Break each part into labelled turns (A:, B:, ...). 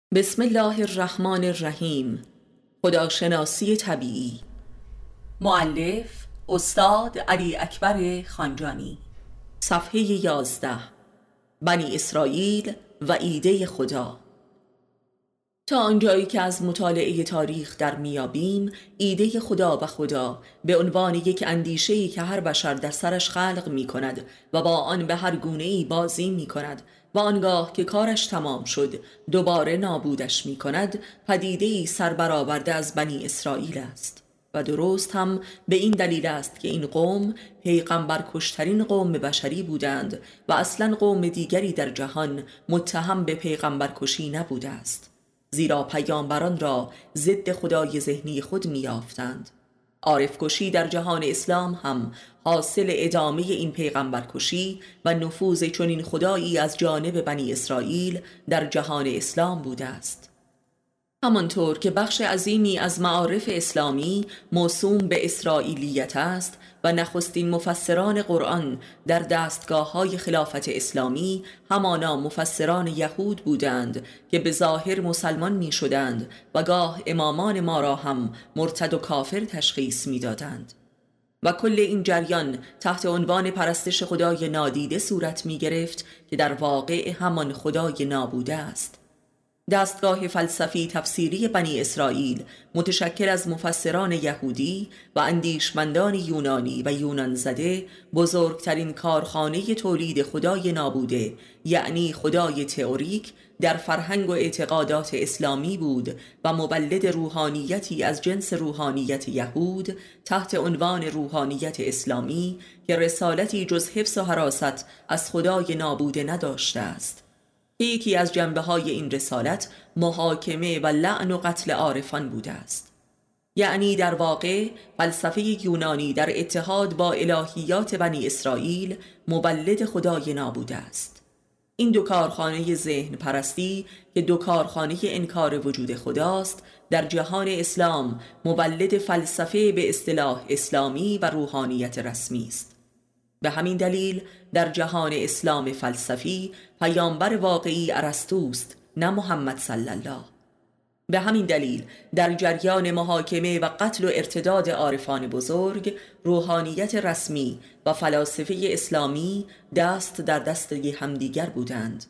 A: بسم الله الرحمن الرحیم. خداشناسی طبیعی. مؤلف استاد علی اکبر خانجانی. صفحه 11. بنی اسرائیل و ایده خدا. تا آنجایی که از مطالعه تاریخ در میابیم، ایده خدا و خدا به عنوان یک اندیشه‌ای که هر بشر در سرش خلق می کند و با آن به هر گونه‌ای بازی می کند و آنگاه که کارش تمام شد دوباره نابودش می کند، پدیده‌ای سربرآورده از بنی اسرائیل است. و درست هم به این دلیل است که این قوم پیغمبر کشترین قوم بشری بودند و اصلا قوم دیگری در جهان متهم به پیغمبر کشی نبوده است، زیرا پیامبران را ضد خدای ذهنی خود می‌یافتند. عارف کشی در جهان اسلام هم حاصل ادامه این پیغمبر کشی و نفوذ چنین خدایی از جانب بنی اسرائیل در جهان اسلام بوده است. همانطور که بخش عظیمی از معارف اسلامی موسوم به اسرائیلیت است و نخستین مفسران قرآن در دستگاه‌های خلافت اسلامی همانا مفسران یهود بودند که به ظاهر مسلمان می شدند و گاه امامان ما را هم مرتد و کافر تشخیص می دادند. و کل این جریان تحت عنوان پرستش خدای نادیده صورت می گرفت که در واقع همان خدای نابوده است. دستگاه فلسفی تفسیری بنی اسرائیل متشکل از مفسران یهودی و اندیشمندان یونانی و یونان زده بزرگترین کارخانه تولید خدای نابوده، یعنی خدای تئوریک، در فرهنگ و اعتقادات اسلامی بود و مولد روحانیتی از جنس روحانیت یهود تحت عنوان روحانیت اسلامی که رسالتی جز حفظ و حراست از خدای نابوده نداشته است. یکی از جنبه‌های این رسالت محاکمه و لعن و قتل عارفان بوده است. یعنی در واقع فلسفه یونانی در اتحاد با الهیات بنی اسرائیل مولد خدای نابوده است. این دو کارخانه ذهن پرستی که دو کارخانه انکار وجود خداست، در جهان اسلام مولد فلسفه به اصطلاح اسلامی و روحانیت رسمی است. به همین دلیل در جهان اسلام فلسفی پیامبر واقعی ارسطوست، نه محمد صلی الله. به همین دلیل در جریان محاکمه و قتل و ارتداد عارفان بزرگ، روحانیت رسمی و فلاسفه اسلامی دست در دست همدیگر بودند.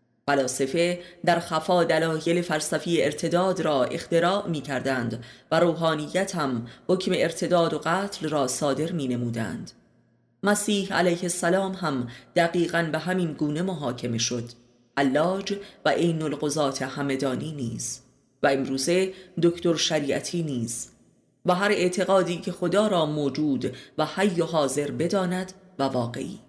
A: فلاسفه در خفا دلایل فلسفی ارتداد را اختراع می کردند و روحانیت هم حکم ارتداد و قتل را صادر می نمودند. مسیح علیه السلام هم دقیقاً به همین گونه محاکمه شد. حلاج و عین القضات همدانی نیز و امروزه دکتر شریعتی نیز و هر اعتقادی که خدا را موجود و حی و حاضر بداند و واقعی.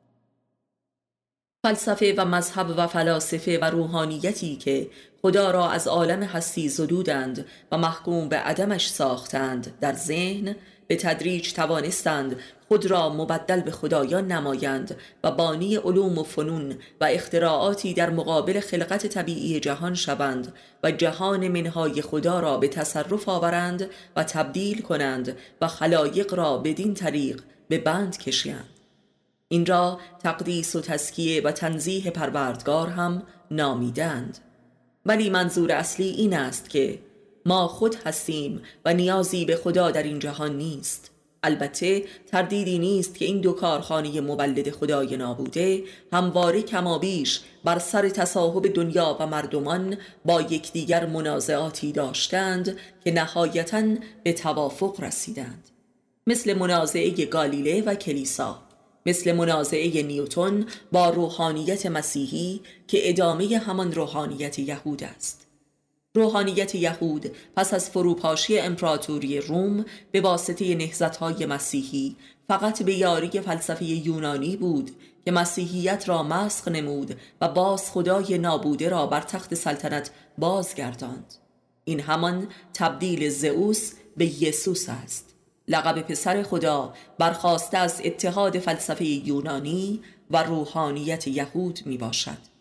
A: فلسفه و مذهب و فلاسفه و روحانیتی که خدا را از عالم هستی زدودند و محکوم به عدمش ساختند در ذهن، به تدریج توانستند خود را مبدل به خدایان نمایند و بانی علوم و فنون و اختراعاتی در مقابل خلقت طبیعی جهان شوند و جهان منهای خدا را به تصرف آورند و تبدیل کنند و خلایق را بدین طریق به بند کشیند. این را تقدیس و تزکیه و تنزیه پروردگار هم نامیدند. ولی منظور اصلی این است که ما خود هستیم و نیازی به خدا در این جهان نیست. البته تردیدی نیست که این دو کارخانه مولد خدای نابوده همواره کمابیش بر سر تصاحب دنیا و مردمان با یکدیگر منازعاتی داشتند که نهایتاً به توافق رسیدند، مثل منازعه گالیله و کلیسا، مثل منازعه نیوتن با روحانیت مسیحی که ادامه همان روحانیت یهود است. روحانیت یهود پس از فروپاشی امپراتوری روم به واسطه نهضت‌های مسیحی فقط به یاری فلسفه یونانی بود که مسیحیت را مسخ نمود و باز خدای نابوده را بر تخت سلطنت بازگرداند. این همان تبدیل زئوس به یسوس است. لقب پسر خدا برخاسته از اتحاد فلسفه یونانی و روحانیت یهود می باشد.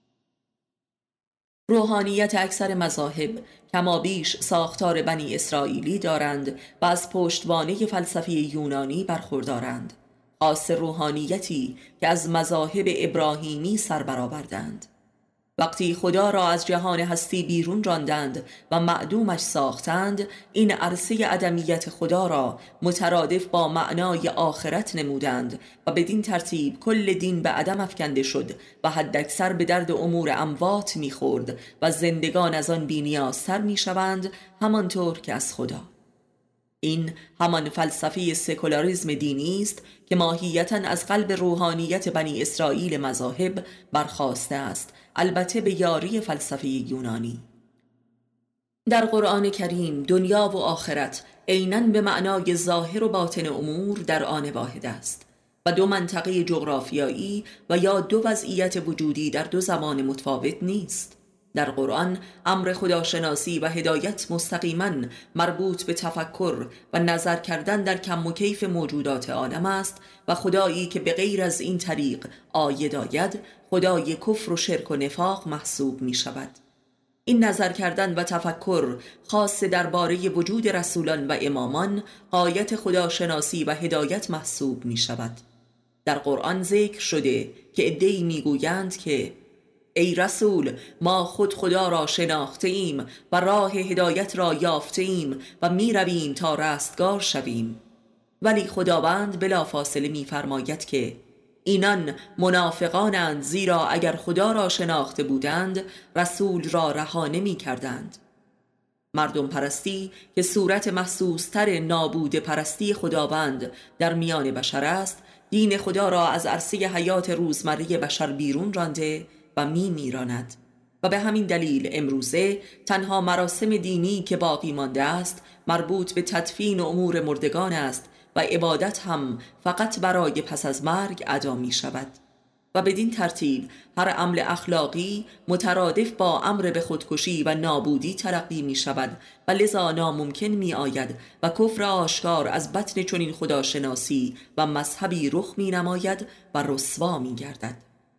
A: روحانیت اکثر مذاهب کمابیش ساختار بنی اسرائیلی دارند و از پشتوانه فلسفه یونانی برخوردارند، خاص روحانیتی که از مذاهب ابراهیمی سر برآوردند. وقتی خدا را از جهان هستی بیرون راندند و معدومش ساختند، این عرصه عدمیت خدا را مترادف با معنای آخرت نمودند و بدین ترتیب کل دین به عدم افکنده شد و حداکثر به درد امور اموات می‌خورد و زندگان از آن بی‌نیازتر می‌شوند، همانطور که از خدا. این همان فلسفه سکولاریسم دینی است که ماهیتاً از قلب روحانیت بنی اسرائیل مذاهب برخاسته است، البته به یاری فلسفه یونانی. در قرآن کریم دنیا و آخرت عیناً به معنای ظاهر و باطن امور در آن واحد است و دو منطقه جغرافیایی و یا دو وضعیت وجودی در دو زمان متفاوت نیست. در قرآن امر خداشناسی و هدایت مستقیما مربوط به تفکر و نظر کردن در کم و کیف موجودات عالم است و خدایی که به غیر از این طریق عاید آید خدای کفر و شرک و نفاق محسوب می شود. این نظر کردن و تفکر خاص درباره وجود رسولان و امامان غایت خداشناسی و هدایت محسوب می شود. در قرآن ذکر شده که عده‌ای می گویند که ای رسول، ما خود خدا را شناخته ایم و راه هدایت را یافته ایم و می رویم تا رستگار شویم. ولی خداوند بلافاصله می فرماید که اینان منافقانند، زیرا اگر خدا را شناخته بودند رسول را رها نمی کردند. مردم پرستی که صورت محسوستر نابود پرستی خداوند در میان بشر است، دین خدا را از عرصه حیات روزمره بشر بیرون رانده و میراند و به همین دلیل امروزه تنها مراسم دینی که باقی مانده است مربوط به تدفین و امور مردگان است و عبادت هم فقط برای پس از مرگ ادا می شود و بدین ترتیب هر عمل اخلاقی مترادف با امر به خودکشی و نابودی تلقی می شود و لذا ناممکن می آید و کفر آشکار از بطن چنین خداشناسی و مذهبی رخ می نماید و رسوا می گردد.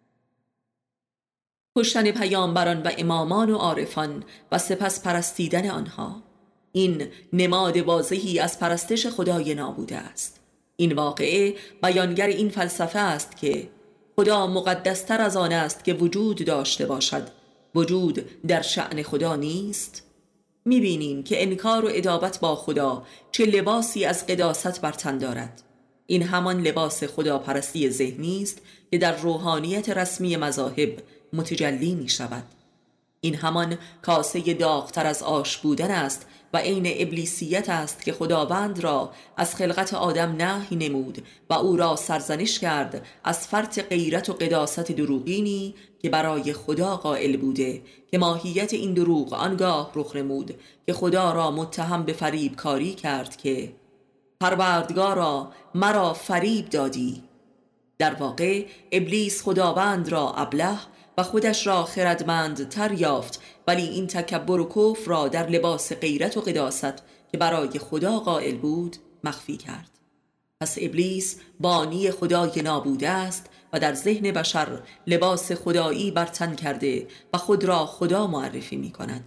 A: کشتن پیامبران و امامان و عارفان و سپس پرستیدن آنها، این نماد واضحی از پرستش خدای نابوده است. این واقعه بیانگر این فلسفه است که خدا مقدستر از آن است که وجود داشته باشد. وجود در شأن خدا نیست. می‌بینیم که انکار و عداوت با خدا چه لباسی از قداست بر تن دارد. این همان لباس خداپرستی ذهنی است که در روحانیت رسمی مذاهب متجلی می شود. این همان کاسه داغتر از آش بودن است و عین ابلیسیت است که خداوند را از خلقت آدم نهی نمود و او را سرزنش کرد از فرط غیرت و قداست دروغینی که برای خدا قائل بوده، که ماهیت این دروغ آنگاه رخ نمود که خدا را متهم به فریب کاری کرد که پروردگارا مرا فریب دادی. در واقع ابلیس خداوند را ابله و خودش را خردمند تر یافت، ولی این تکبر و کفر را در لباس غیرت و قداست که برای خدا قائل بود مخفی کرد. پس ابلیس بانی خدای نابوده است و در ذهن بشر لباس خدایی بر تن کرده و خود را خدا معرفی می کند.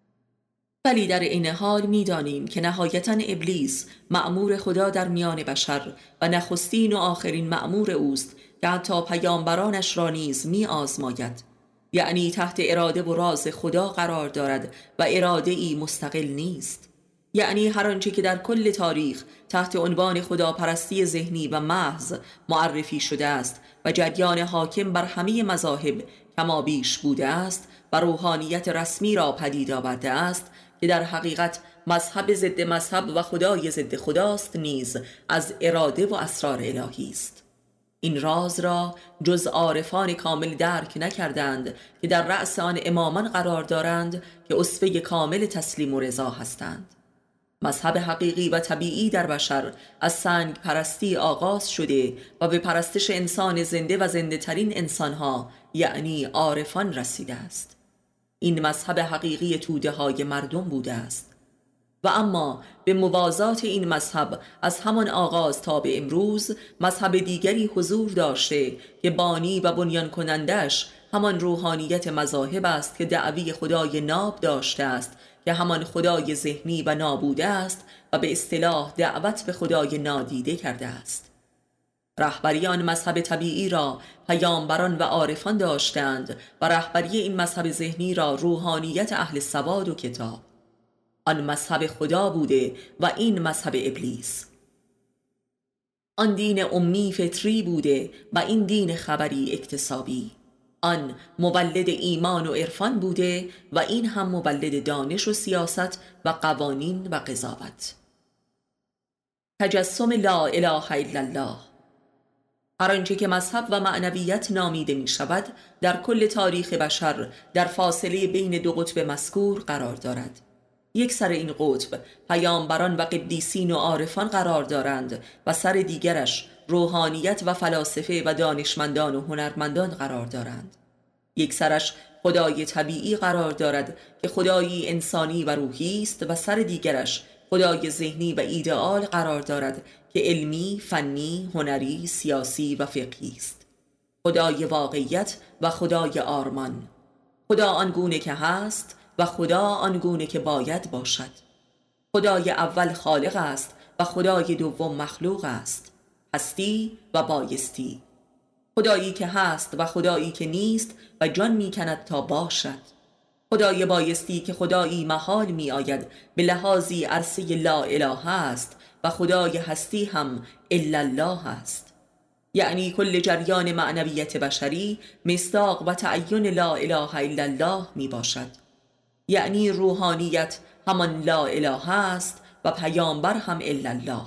A: ولی در این حال می دانیم که نهایتاً ابلیس مأمور خدا در میان بشر و نخستین و آخرین مأمور اوست که حتی پیامبرانش را نیز می آزماید، یعنی تحت اراده و راز خدا قرار دارد و اراده ای مستقل نیست. یعنی هر آنچه که در کل تاریخ تحت عنوان خداپرستی ذهنی و محض معرفی شده است و جریان حاکم بر همه مذاهب کما بیش بوده است و روحانیت رسمی را پدید آورده است که در حقیقت مذهب ضد مذهب و خدای ضد خداست، نیز از اراده و اسرار الهی است. این راز را جز عارفان کامل درک نکردند که در رأس آن امامان قرار دارند که اسوه کامل تسلیم و رضا هستند. مذهب حقیقی و طبیعی در بشر از سنگ پرستی آغاز شده و به پرستش انسان زنده و زنده ترین انسانها یعنی عارفان رسیده است. این مذهب حقیقی توده های مردم بوده است و اما به موازات این مذهب از همان آغاز تا به امروز مذهب دیگری حضور داشته که بانی و بنیان کنندش همان روحانیت مذاهب است که دعوی خدای ناب داشته است که همان خدای ذهنی و نابوده است و به اصطلاح دعوت به خدای نادیده کرده است. رهبری آن مذهب طبیعی را پیامبران و عارفان داشتند و رهبری این مذهب ذهنی را روحانیت اهل سواد و کتاب. آن مذهب خدا بوده و این مذهب ابلیس. آن دین امی فطری بوده و این دین خبری اکتسابی. آن مولد ایمان و عرفان بوده و این هم مولد دانش و سیاست و قوانین و قضاوت. تجسم لا اله الا الله. هر آنچه که مذهب و معنویت نامیده می شود در کل تاریخ بشر در فاصله بین دو قطب مذکور قرار دارد. یک سر این قطب پیامبران و قدیسین و عارفان قرار دارند و سر دیگرش روحانیت و فلاسفه و دانشمندان و هنرمندان قرار دارند. یک سرش خدای طبیعی قرار دارد که خدایی انسانی و روحی است و سر دیگرش خدای ذهنی و ایدئال قرار دارد که علمی، فنی، هنری، سیاسی و فقهی است. خدای واقعیت و خدای آرمان. خدا آنگونه که هست و خدا آنگونه که باید باشد. خدای اول خالق است و خدای دوم مخلوق است. هستی و بایستی. خدایی که هست و خدایی که نیست و جان می کند تا باشد. خدای بایستی که خدایی محال می آید به لحاظی عرصه لا اله است و خدای هستی هم الا الله است. یعنی کل جریان معنویت بشری مصداق و تعین لا اله الا الله می باشد. یعنی روحانیت همان لا اله است و پیامبر هم الا الله.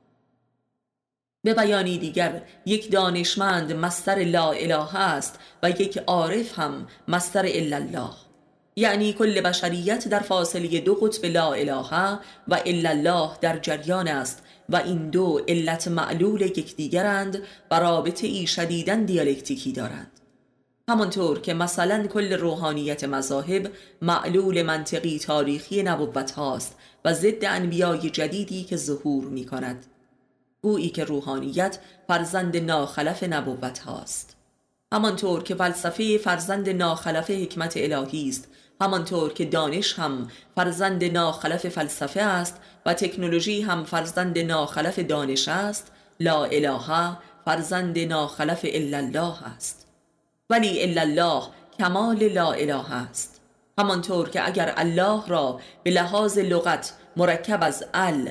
A: به بیانی دیگر یک دانشمند مصدر لا اله است و یک عارف هم مصدر الا الله. یعنی کل بشریت در فاصله دو قطب لا اله و الا الله در جریان است و این دو علت معلول یکدیگرند و رابطه ای شدیداً دیالکتیکی دارند. همانطور که مثلا کل روحانیت مذاهب معلول منطقی تاریخی نبوت هاست و ضد انبیای جدیدی که ظهور می کند. گویی که روحانیت فرزند ناخلف نبوت هاست. همانطور که فلسفه فرزند ناخلف حکمت الهی است، همانطور که دانش هم فرزند ناخلف فلسفه است و تکنولوژی هم فرزند ناخلف دانش است، لا اله فرزند ناخلف الا الله است. ولی الا الله کمال لا اله است. همانطور که اگر الله را به لحاظ لغت مرکب از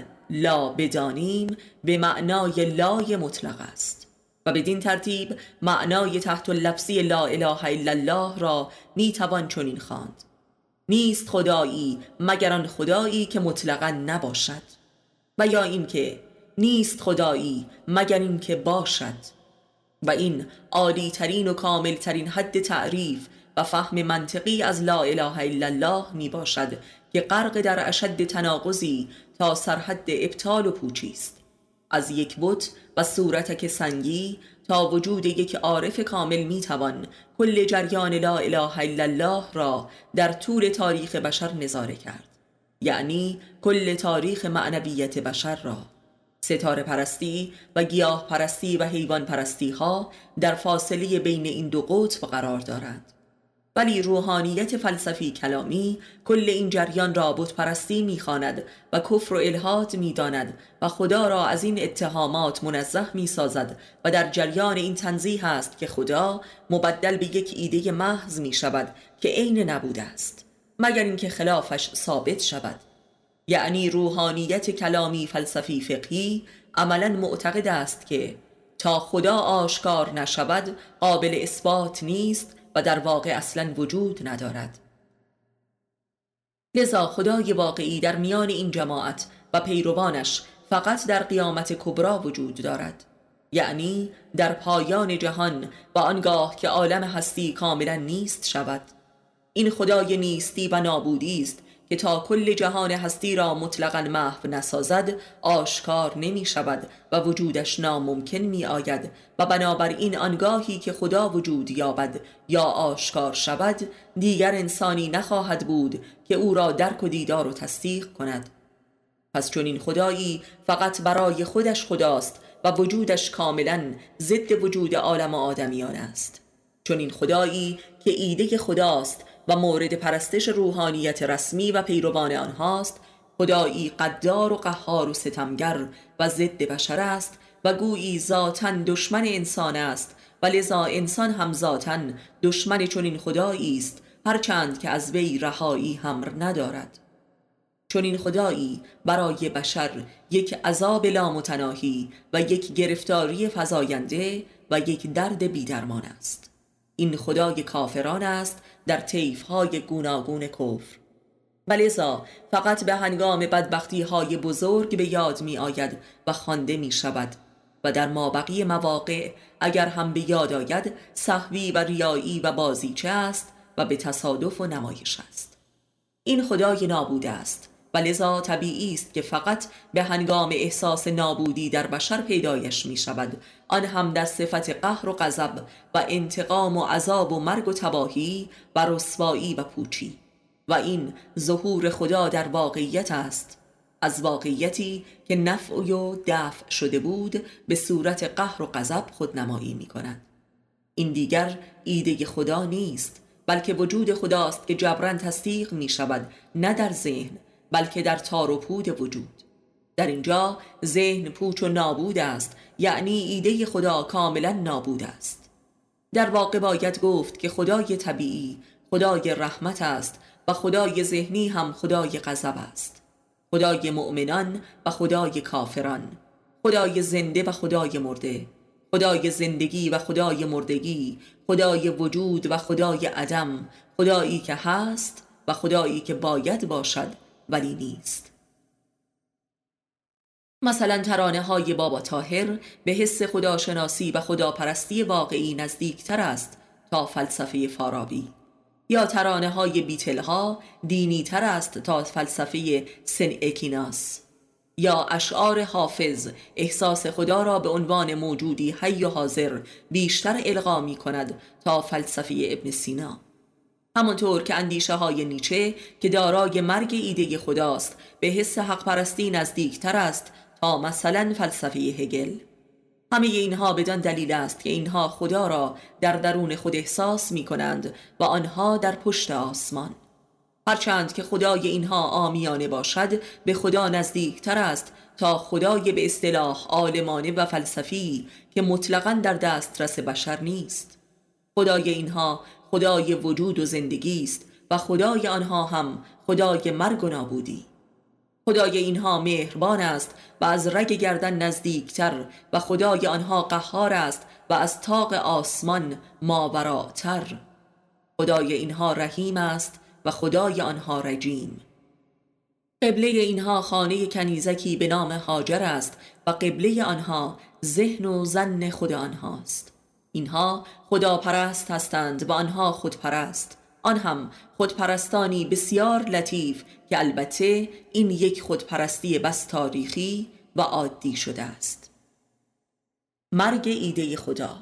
A: لا بدانیم به معنای لای مطلق است و بدین ترتیب معنای تحت اللفظی لا اله الا الله را میتوان چنین خواند: نیست خدایی مگر آن خدایی که مطلقا نباشد، و یا این که نیست خدایی مگر این که باشد. و این عالی ترین و کامل ترین حد تعریف و فهم منطقی از لا اله الا الله می باشد که غرق در اشد تناقضی تا سرحد ابطال و پوچی است. از یک بت و صورتک سنگی تا وجود یک عارف کامل می توان کل جریان لا اله الا الله را در طول تاریخ بشر نظاره کرد. یعنی کل تاریخ معنویت بشر را. ستاره پرستی و گیاه پرستی و حیوان پرستی ها در فاصله بین این دو قطب قرار دارند. ولی روحانیت فلسفی کلامی کل این جریان را بت پرستی می‌خواند و کفر و الحاد می‌داند و خدا را از این اتهامات منزه می‌سازد و در جریان این تنزیه است که خدا مبدل به یک ایده محض می‌شود که عین نبوده است مگر اینکه خلافش ثابت شود. یعنی روحانیت کلامی فلسفی فقهی عملاً معتقد است که تا خدا آشکار نشود قابل اثبات نیست و در واقع اصلا وجود ندارد. لذا خدای واقعی در میان این جماعت و پیروانش فقط در قیامت کبرا وجود دارد، یعنی در پایان جهان و آنگاه که عالم هستی کاملا نیست شود. این خدای نیستی و نابودی است که تا کل جهان هستی را مطلقاً محو نسازد آشکار نمی شود و وجودش ناممکن می آید و بنابراین آنگاهی که خدا وجود یابد یا آشکار شود دیگر انسانی نخواهد بود که او را درک و دیدار و تصدیق کند. پس چون این خدایی فقط برای خودش خداست و وجودش کاملا ضد وجود عالم آدمیان است. چون این خدایی که ایده خداست و مورد پرستش روحانیت رسمی و پیروان آنهاست، خدایی قدار و قهار و ستمگر و ضد بشر است و گویی ذاتاً دشمن انسان است و لذا انسان هم ذاتاً دشمن چنین خدایی است، هرچند که از وی رهایی هم ندارد. چنین خدایی برای بشر یک عذاب لامتناهی و یک گرفتاری فزاینده و یک درد بیدرمان است. این خدای کافران است در طیف‌های گوناگون کفر، ولذا فقط به هنگام بدبختی‌های بزرگ به یاد می آید و خوانده می شود و در مابقی مواقع اگر هم به یاد آید سهوی و ریایی و بازیچه است و به تصادف و نمایش است. این خدای نابود است و لذا طبیعی است که فقط به هنگام احساس نابودی در بشر پیدایش می شود، آن هم در صفت قهر و غضب و انتقام و عذاب و مرگ و تباهی و رسوایی و پوچی. و این ظهور خدا در واقعیت است، از واقعیتی که نفع و دفع شده بود به صورت قهر و غضب خودنمایی می کند. این دیگر ایده خدا نیست، بلکه وجود خداست که جبران تصدیق می شود، نه در ذهن بلکه در تار و پود وجود. در اینجا ذهن پوچ و نابود است، یعنی ایده خدا کاملا نابود است. در واقع باید گفت که خدای طبیعی خدای رحمت است و خدای ذهنی هم خدای غضب است، خدای مؤمنان و خدای کافران، خدای زنده و خدای مرده، خدای زندگی و خدای مردگی، خدای وجود و خدای عدم، خدایی که هست و خدایی که باید باشد ولی نیست. مثلا ترانه های بابا طاهر به حس خداشناسی و خداپرستی واقعی نزدیکتر است تا فلسفه فارابی، یا ترانه های بیتل ها دینی تر است تا فلسفه سن اکیناس، یا اشعار حافظ احساس خدا را به عنوان موجودی حی و حاضر بیشتر القا می کند تا فلسفه ابن سینا. همانطور که اندیشه های نیچه که دارای مرگ ایده خداست به حس حق پرستی نزدیکتر است تا مثلا فلسفه هگل. همه اینها بدان دلیل است که اینها خدا را در درون خود احساس می کنند و آنها در پشت آسمان. هرچند که خدای اینها عامیانه باشد به خدا نزدیکتر است تا خدای به اصطلاح عالمانه و فلسفی که مطلقاً در دسترس بشر نیست. خدای اینها خدای وجود و زندگی است و خدای آنها هم خدای مرگ و نابودی. خدای اینها مهربان است و از رگ گردن نزدیکتر و خدای آنها قهار است و از طاق آسمان ماوراتر. خدای اینها رحیم است و خدای آنها رجیم. قبله اینها خانه کنیزکی به نام هاجر است و قبله آنها ذهن و ظن خود آنهاست. اینها خداپرست هستند و آنها خودپرست، آن هم خودپرستانی بسیار لطیف که البته این یک خودپرستی بس تاریخی و عادی شده است. مرگ ایده خدا.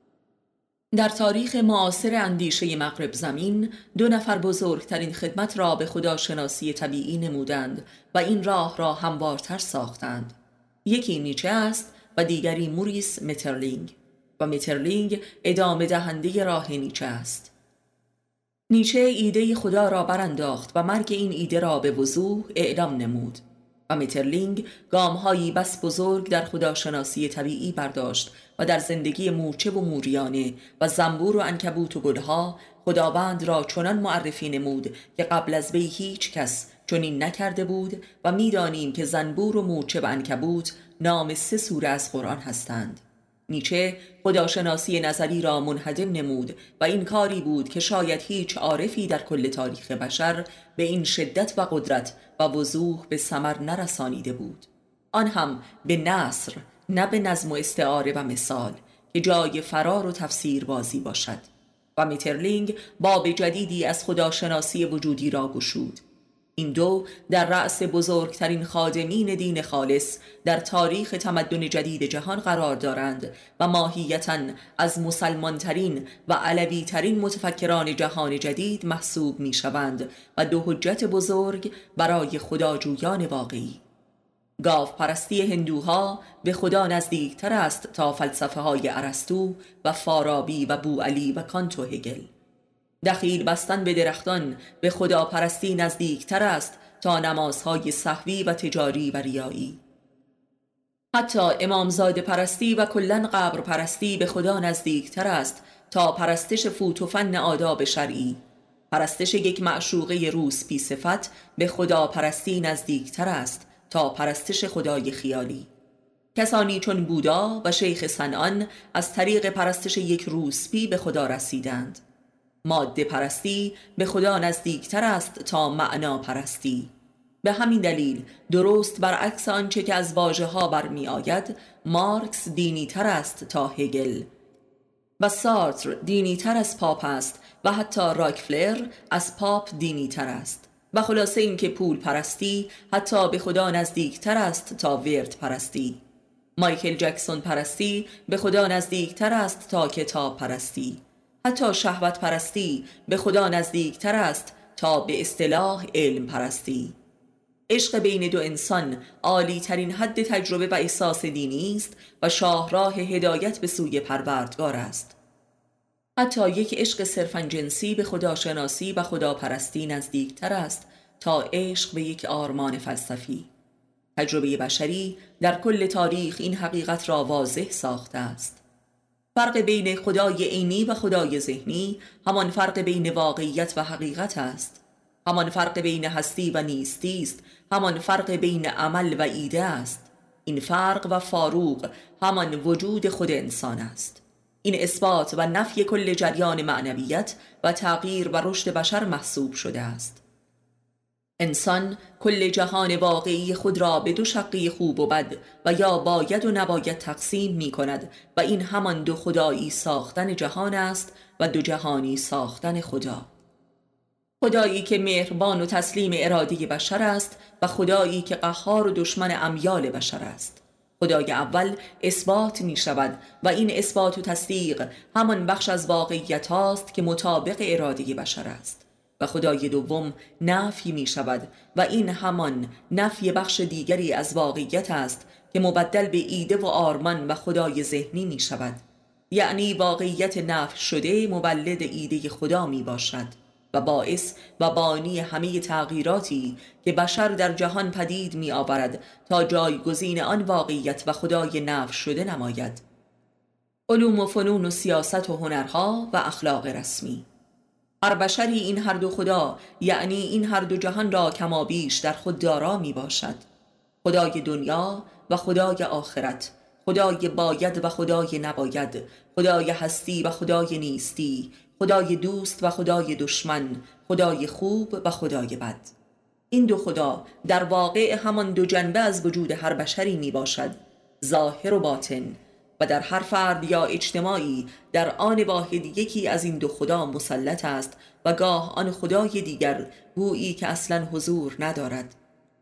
A: در تاریخ معاصر اندیشه مغرب زمین 2 نفر بزرگترین خدمت را به خداشناسی طبیعی نمودند و این راه را هموارتر ساختند. یکی نیچه است و دیگری موریس مترلینگ و مترلینگ ادامه دهنده راه نیچه است. نیچه ایده خدا را برانداخت و مرگ این ایده را به وضوح اعلام نمود و مترلینگ گامهایی بس بزرگ در خداشناسی طبیعی برداشت و در زندگی مورچه و موریانه و زنبور و عنکبوت و گلها خداوند را چنان معرفی نمود که قبل از وی هیچ کس چنین نکرده بود و می‌دانیم که زنبور و مورچه و عنکبوت نام 3 سوره از قرآن هستند. نیچه خداشناسی نظری را منهدم نمود و این کاری بود که شاید هیچ عارفی در کل تاریخ بشر به این شدت و قدرت و وضوح به ثمر نرسانیده بود، آن هم به نثر نه به نظم و استعاره و مثال که جای فرار و تفسیر بازی باشد. و مترلینگ باب جدیدی از خداشناسی وجودی را گشود. این 2 در رأس بزرگترین خادمین دین خالص در تاریخ تمدن جدید جهان قرار دارند و ماهیتاً از مسلمانترین و علویترین متفکران جهان جدید محسوب می شوند و 2 حجت بزرگ برای خداجویان واقعی. گاو پرستی هندوها به خدا نزدیکتر است تا فلسفه های ارسطو و فارابی و بوعلی و کانت و هگل. دخیل بستن به درختان به خداپرستی نزدیکتر است تا نمازهای سهوی و تجاری و ریایی. حتی امامزاده پرستی و کلن قبر پرستی به خدا نزدیکتر است تا پرستش فوت و فن آداب شرعی. پرستش یک معشوقه روسپی صفت به خدا پرستی نزدیکتر است تا پرستش خدای خیالی. کسانی چون بودا و شیخ صنعان از طریق پرستش یک روسپی به خدا رسیدند. ماده پرستی به خدا نزدیکتر است تا معنا پرستی. به همین دلیل درست برعکس آنچه که از واژه ها برمی آید، مارکس دینی تر است تا هگل و سارتر دینی تر از پاپ است و حتی راکفلر از پاپ دینی تر است. و خلاصه این که پول پرستی حتی به خدا نزدیک تر است تا ورد پرستی. مایکل جکسون پرستی به خدا نزدیک تر است تا کتاب پرستی. حتی شهوت پرستی به خدا نزدیک تر است تا به اصطلاح علم پرستی. عشق بین دو انسان عالی ترین حد تجربه و احساس دینی است و شاهراه هدایت به سوی پروردگار است. حتی یک عشق صرفاً جنسی به خداشناسی و خداپرستی نزدیکتر است تا عشق به یک آرمان فلسفی. تجربه بشری در کل تاریخ این حقیقت را واضح ساخته است. فرق بین خدای عینی و خدای ذهنی همان فرق بین واقعیت و حقیقت است. همان فرق بین هستی و نیستی است. همان فرق بین عمل و ایده است. این فرق و فاروق همان وجود خود انسان است. این اثبات و نفی کل جریان معنویت و تغییر و رشد بشر محسوب شده است. انسان کل جهان واقعی خود را به دو شقی خوب و بد و یا باید و نباید تقسیم می کند و این همان دو خدایی ساختن جهان است و دو جهانی ساختن خدا. خدایی که مهربان و تسلیم اراده بشر است و خدایی که قهار و دشمن امیال بشر است. خدای اول اثبات می شود و این اثبات و تصدیق همان بخش از واقعیت هاست که مطابق اراده بشر است و خدای دوم نفی می شود و این همان نفی بخش دیگری از واقعیت است که مبدل به ایده و آرمان و خدای ذهنی می شود. یعنی واقعیت نفی شده مولد ایده خدا می باشد و باعث و بانی همه تغییراتی که بشر در جهان پدید می آورد تا جایگزین آن واقعیت و خدای نفی شده نماید. علوم و فنون و سیاست و هنرها و اخلاق رسمی. هر بشری این هر دو خدا، یعنی این هر دو جهان را کمابیش در خود دارا می باشد. خدای دنیا و خدای آخرت، خدای باید و خدای نباید، خدای هستی و خدای نیستی، خدای دوست و خدای دشمن، خدای خوب و خدای بد. این دو خدا در واقع همان دو جنبه از وجود هر بشری می باشد، ظاهر و باطن، و در هر فرد یا اجتماعی در آن واحد یکی از این دو خدا مسلط است و گاه آن خدای دیگر گویی که اصلا حضور ندارد.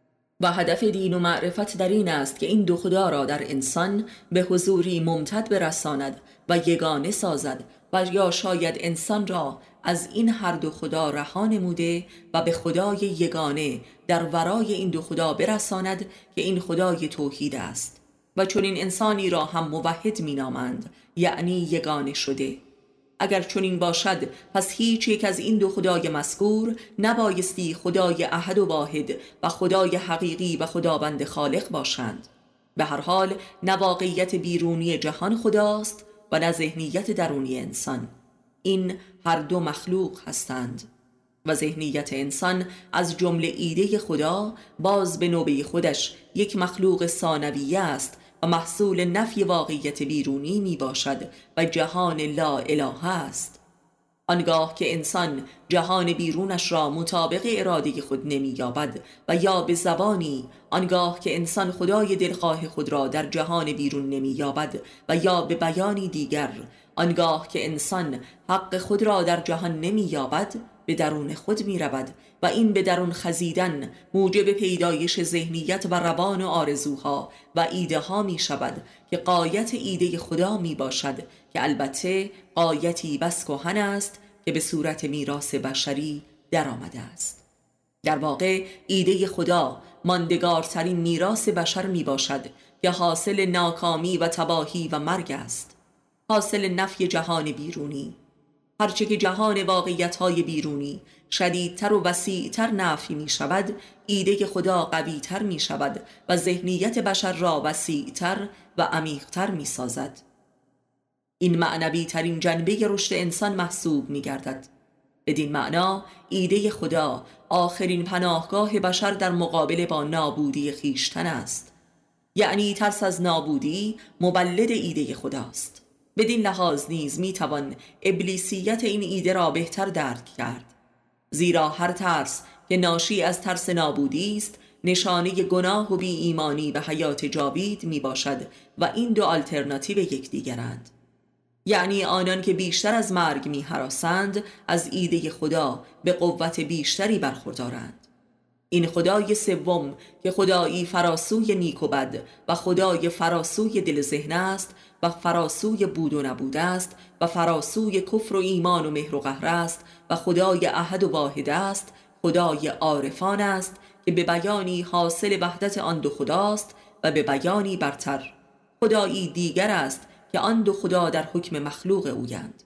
A: و هدف دین و معرفت در این است که این دو خدا را در انسان به حضوری ممتد برساند و یگانه سازد و یا شاید انسان را از این هر دو خدا رها نموده و به خدای یگانه در ورای این دو خدا برساند که این خدای توحید است و چون این انسانی را هم موحد می نامند، یعنی یگانه شده. اگر چنین باشد پس هیچ یک از این دو خدای مذکور نبایستی خدای احد و واحد و خدای حقیقی و خداوند خالق باشند. به هر حال نه واقعیت بیرونی جهان خداست و نه ذهنیت درونی انسان. این هر دو مخلوق هستند و ذهنیت انسان از جمله ایده خدا باز به نوبه خودش یک مخلوق ثانویه است و محصول نفی واقعیت بیرونی می باشد و جهان لا اله است. آنگاه که انسان جهان بیرونش را مطابق اراده خود نمی یابد و یا به زبانی، آنگاه که انسان خدای دلخواه خود را در جهان بیرون نمی یابد و یا به بیانی دیگر، آنگاه که انسان حق خود را در جهان نمی یابد به درون خود می رود و این به درون خزیدن موجب پیدایش ذهنیت و روان و آرزوها و ایده ها می شود که غایت ایده خدا می باشد که البته غایتی بس کهن است که به صورت میراث بشری در آمده است. در واقع ایده خدا ماندگارترین میراث بشر می باشد که حاصل ناکامی و تباهی و مرگ است، حاصل نفی جهان بیرونی. هرچه که جهان واقعیت‌های بیرونی شدیدتر و وسیعتر نفی می شود، ایده خدا قویتر می شود و ذهنیت بشر را وسیعتر و عمیقتر می سازد. این معنوی ترین جنبه رشد انسان محسوب می گردد. بدین معنا ایده خدا آخرین پناهگاه بشر در مقابله با نابودی خویشتن است. یعنی ترس از نابودی مولد ایده خداست. بدین لحاظ نیز می توان ابلیسیت این ایده را بهتر درک کرد، زیرا هر ترس که ناشی از ترس نابودی است نشانه گناه و بی ایمانی به حیات جاوید می باشد و این دو آلترناتیو یکدیگرند. یعنی آنان که بیشتر از مرگ می هراسند از ایده خدا به قوت بیشتری برخوردارند. این خدای سوم که خدایی فراسوی نیک و بد و خدای فراسوی دل ذهن است و فراسوی بود و نبود است و فراسوی کفر و ایمان و مهر و قهر است و خدای احد و واحد است، خدای عارفان است که به بیانی حاصل وحدت آن دو خداست و به بیانی برتر خدایی دیگر است که آن دو خدا در حکم مخلوق اویند.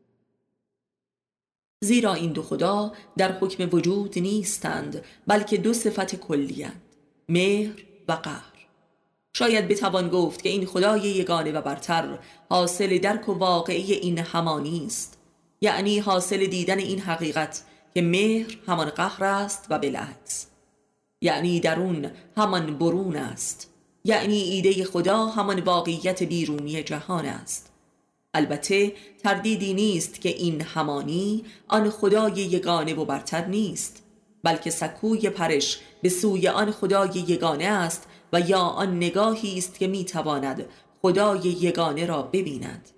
A: زیرا این دو خدا در حکم وجود نیستند، بلکه دو صفت کلی‌اند، مهر و قهر. شاید بتوان گفت که این خدای یگانه و برتر حاصل درک و واقعی این همانی است، یعنی حاصل دیدن این حقیقت که مهر همان قهر است و بالعکس، یعنی درون همان برون است، یعنی ایده خدا همان واقعیت بیرونی جهان است. البته تردیدی نیست که این همانی آن خدای یگانه و برتر نیست، بلکه سکوی پرش به سوی آن خدای یگانه است و یا آن نگاهی است که میتواند خدای یگانه را ببیند.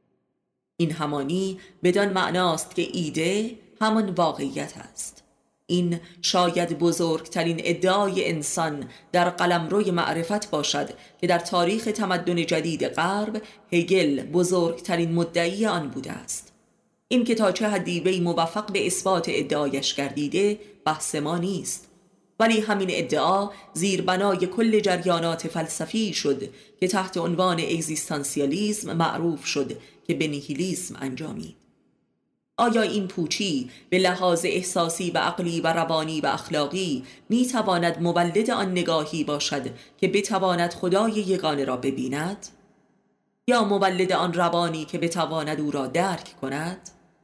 A: این همانی بدان معناست که ایده همان واقعیت است. این شاید بزرگترین ادعای انسان در قلمروی معرفت باشد که در تاریخ تمدن جدید غرب هگل بزرگترین مدعی آن بوده است. این که تا چه حدی وی موفق به اثبات ادعایش گردیده بحث ما نیست، ولی همین ادعا زیربنای کل جریانات فلسفی شد که تحت عنوان اگزیستانسیالیسم معروف شد که به نیهیلیسم انجامید. آیا این پوچی به لحاظ احساسی و عقلی و روانی و اخلاقی می تواند مولد آن نگاهی باشد که بتواند خدای یگانه را ببیند؟ یا مولد آن روانی که بتواند او را درک کند؟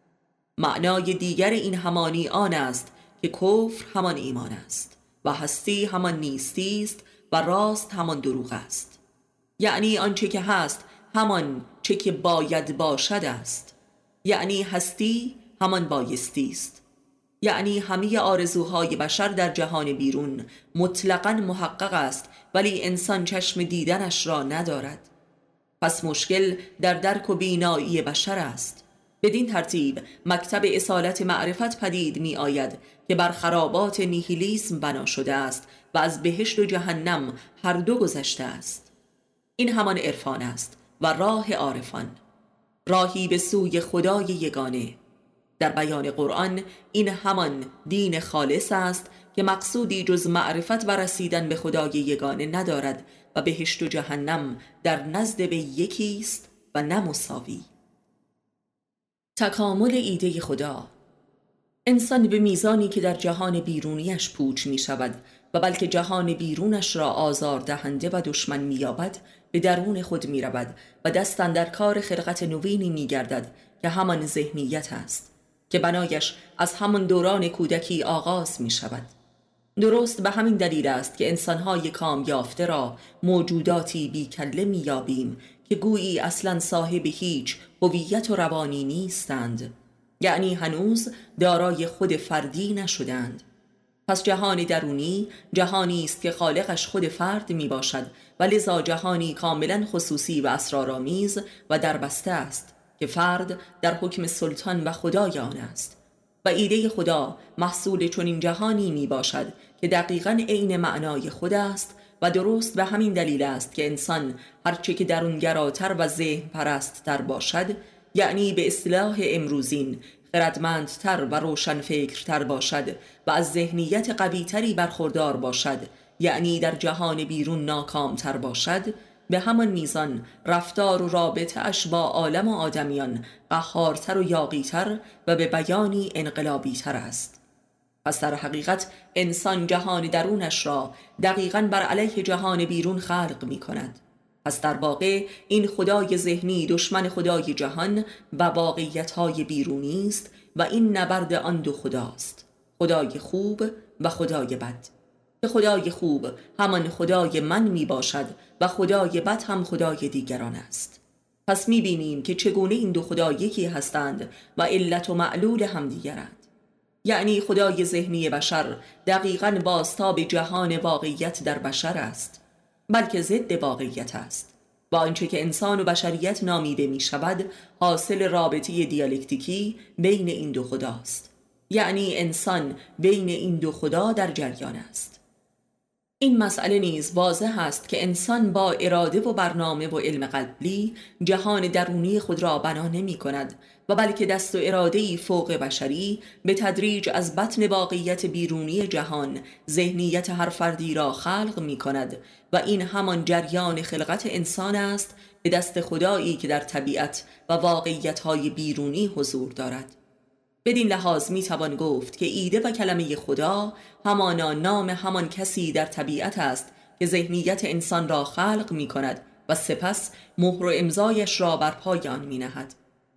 A: معنای دیگر این همانی آن است که کفر همان ایمان است و هستی همان نیستی است و راست همان دروغ است. یعنی آنچه که هست همان چه که باید باشد است، یعنی هستی همان بایستی است، یعنی همه آرزوهای بشر در جهان بیرون مطلقاً محقق است ولی انسان چشم دیدنش را ندارد. پس مشکل در درک و بینایی بشر است. بدین ترتیب مکتب اصالت معرفت پدید می آید که بر خرابات نیهیلیسم بنا شده است و از بهشت و جهنم هر دو گذشته است. این همان عرفان است و راه عارفان، راهی به سوی خدای یگانه. در بیان قرآن این همان دین خالص است که مقصودی جز معرفت و رسیدن به خدای یگانه ندارد و بهشت و جهنم در نزد به یکی است و نه مساوی. تکامل ایده خدا. انسان به میزانی که در جهان بیرونیش پوچ می شود و بلکه جهان بیرونش را آزار دهنده و دشمن می یابد، به درون خود می رود و دست اندر کار خلقت نوینی می گردد که همان ذهنیت است که بنایش از همان دوران کودکی آغاز می شود. درست به همین دلیل است که انسانهای کام یافته را موجوداتی بی کله می یابیم که گویی اصلا صاحب هیچ هویت و روانی نیستند، یعنی هنوز دارای خود فردی نشدند. پس جهان درونی جهانی است که خالقش خود فرد می باشد و لذا جهانی کاملا خصوصی و اسرارآمیز و دربسته است که فرد در حکم سلطان و خدای آن است و ایده خدا محصول چنین جهانی می باشد که دقیقاً عین معنای خود است و درست به همین دلیل است که انسان هرچه که درونگراتر و ذهن پرست‌تر باشد، یعنی به اصطلاح امروزین خردمندتر و روشنفکرتر باشد و از ذهنیت قویتری برخوردار باشد، یعنی در جهان بیرون ناکامتر باشد، به همان میزان رفتار و رابطه اش با عالم و آدمیان قهارتر و یاغیتر و به بیانی انقلابیتر است. پس در حقیقت انسان جهان درونش را دقیقاً بر علیه جهان بیرون خلق می کند. پس در واقع این خدای ذهنی دشمن خدای جهان و واقعیت‌های بیرونی است و این نبرد آن دو خداست، خدای خوب و خدای بد، که خدای خوب همان خدای من می باشد و خدای بد هم خدای دیگران است. پس می بینیم که چگونه این دو خدا یکی هستند و علت و معلول هم دیگرند. یعنی خدای ذهنی بشر دقیقاً بازتاب جهان واقعیت در بشر است، بلکه ضد واقعیت است. با آنچه که انسان و بشریت نامیده می شود حاصل رابطه دیالکتیکی بین این دو خداست. یعنی انسان بین این دو خدا در جریان است. این مسئله نیز واضح است که انسان با اراده و برنامه و علم قلبی جهان درونی خود را بنا نمی کند و بلکه دست و اراده‌ای فوق بشری به تدریج از بطن واقعیت بیرونی جهان ذهنیت هر فردی را خلق می کند و این همان جریان خلقت انسان است به دست خدایی که در طبیعت و واقعیت‌های بیرونی حضور دارد. بدین لحاظ می توان گفت که ایده و کلمه خدا همانا نام همان کسی در طبیعت است که ذهنیت انسان را خلق می کند و سپس مهر و امضایش را بر پای آن می نهد.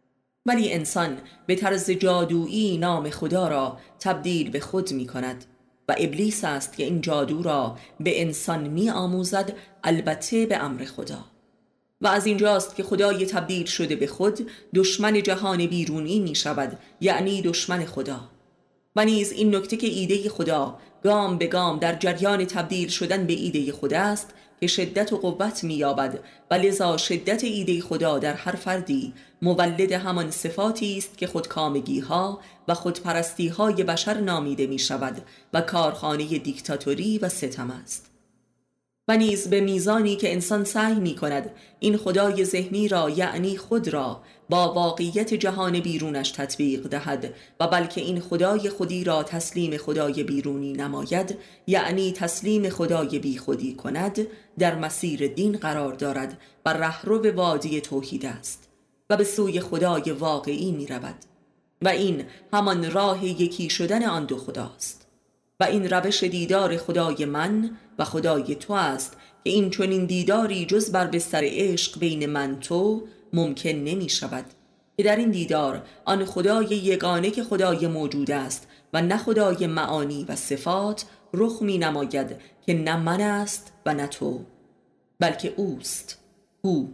A: ولی انسان به طرز جادویی نام خدا را تبدیل به خود می کند و ابلیس است که این جادو را به انسان می آموزد، البته به امر خدا. و از اینجاست که خدای تبدیل شده به خود دشمن جهان بیرونی می شود، یعنی دشمن خدا. و نیز این نکته که ایده خدا گام به گام در جریان تبدیل شدن به ایده خدا است که شدت و قوت می یابد و لذا شدت ایده خدا در هر فردی مولد همان صفاتی است که خودکامگی ها و خودپرستی های بشر نامیده می شود و کارخانه دیکتاتوری و ستم است. و نیز به میزانی که انسان سعی می کند این خدای ذهنی را یعنی خود را با واقعیت جهان بیرونش تطبیق دهد و بلکه این خدای خودی را تسلیم خدای بیرونی نماید، یعنی تسلیم خدای بی خودی کند، در مسیر دین قرار دارد و رهرو وادی توحید است و به سوی خدای واقعی می رود و این همان راه یکی شدن آن دو خداست. و این روش دیدار خدای من و خدای تو است که این چنین دیداری جز بر بستر عشق بین من تو ممکن نمی شود، که در این دیدار آن خدای یگانه که خدای موجود است و نه خدای معانی و صفات رخ می نماید که نه من است و نه تو، بلکه اوست، او.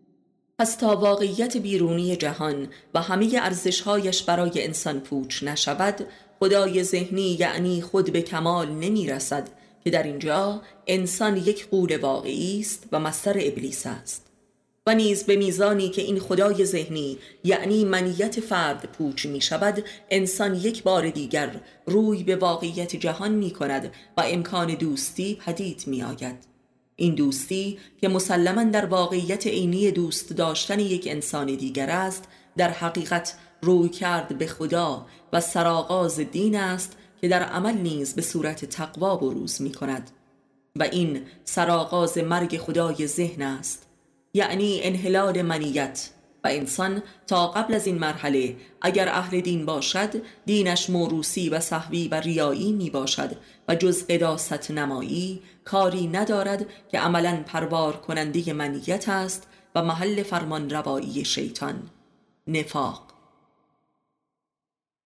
A: پس تا واقعیت بیرونی جهان و همه ارزش‌هایش برای انسان پوچ نشود، خدای ذهنی یعنی خود به کمال نمی رسد، که در اینجا انسان یک غول واقعی است و مصدر ابلیس است. و نیز به میزانی که این خدای ذهنی یعنی منیت فرد پوچ می شود، انسان یک بار دیگر روی به واقعیت جهان می کند و امکان دوستی پدید می آید. این دوستی که مسلماً در واقعیت عینی دوست داشتن یک انسان دیگر است، در حقیقت روی کرد به خدا و سرآغاز دین است که در عمل نیز به صورت تقوا بروز می کند و این سرآغاز مرگ خدای ذهن است، یعنی انحلال منیت. و انسان تا قبل از این مرحله اگر اهل دین باشد دینش موروثی و سهوی و ریایی می باشد و جز قداست نمایی کاری ندارد که عملاً پروار کننده منیت است و محل فرمان روایی شیطان، نفاق.